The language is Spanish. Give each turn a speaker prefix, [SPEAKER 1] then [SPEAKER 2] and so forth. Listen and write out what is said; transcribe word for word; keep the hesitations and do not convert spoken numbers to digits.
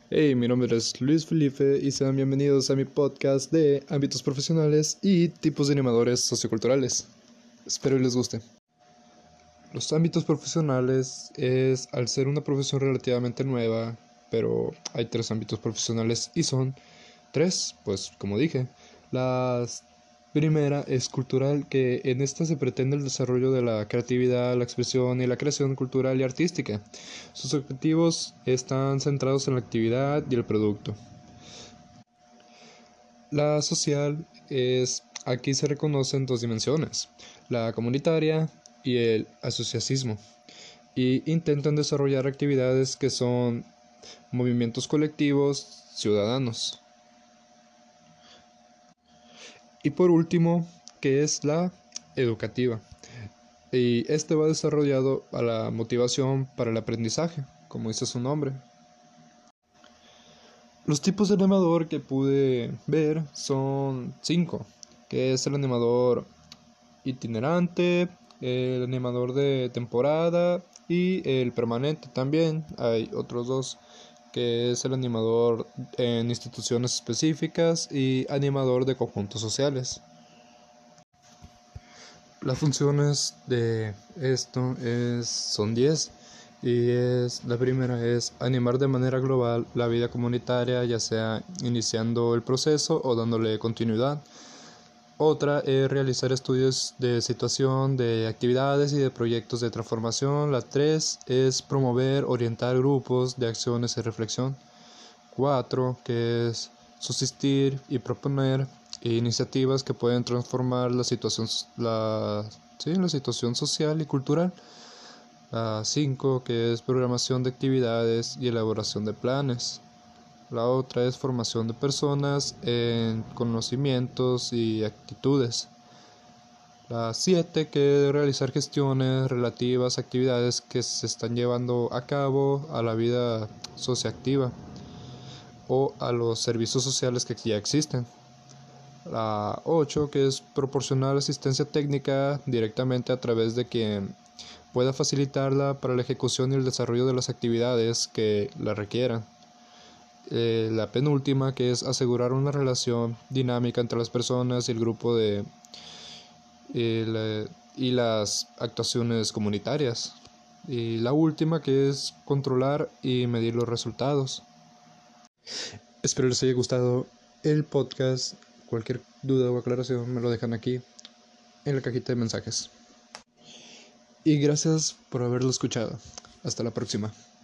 [SPEAKER 1] Hey, mi nombre es Luis Felipe y sean bienvenidos a mi podcast de ámbitos profesionales y tipos de animadores socioculturales. Espero y les guste. Los ámbitos profesionales es, al ser una profesión relativamente nueva, pero hay tres ámbitos profesionales y son tres, pues como dije. La primera es cultural, que en esta se pretende el desarrollo de la creatividad, la expresión y la creación cultural y artística. Sus objetivos están centrados en la actividad y el producto. La social es, aquí se reconocen dos dimensiones, la comunitaria y el asociacismo, y intentan desarrollar actividades que son movimientos colectivos ciudadanos. Y por último, que es la educativa, y este va desarrollado a la motivación para el aprendizaje, como dice su nombre. Los tipos de animador que pude ver son cinco, que es el animador itinerante, el animador de temporada y el permanente también. Hay otros dos, que es el animador en instituciones específicas y animador de conjuntos sociales. Las funciones de esto es, son diez y es, la primera es animar de manera global la vida comunitaria, ya sea iniciando el proceso o dándole continuidad. Otra es realizar estudios de situación, de actividades y de proyectos de transformación. La tres es promover, orientar grupos de acciones y reflexión. Cuatro, que es subsistir y proponer iniciativas que pueden transformar la situación, la, sí, la situación social y cultural. La cinco, que es programación de actividades y elaboración de planes. La otra es formación de personas en conocimientos y actitudes. La siete, que es realizar gestiones relativas a actividades que se están llevando a cabo a la vida socioactiva o a los servicios sociales que ya existen. La ocho, que es proporcionar asistencia técnica directamente a través de quien pueda facilitarla para la ejecución y el desarrollo de las actividades que la requieran. Eh, la penúltima, que es asegurar una relación dinámica entre las personas y el grupo de eh, la, y las actuaciones comunitarias. Y la última, que es controlar y medir los resultados. Espero les haya gustado el podcast. Cualquier duda o aclaración me lo dejan aquí en la cajita de mensajes. Y gracias por haberlo escuchado. Hasta la próxima.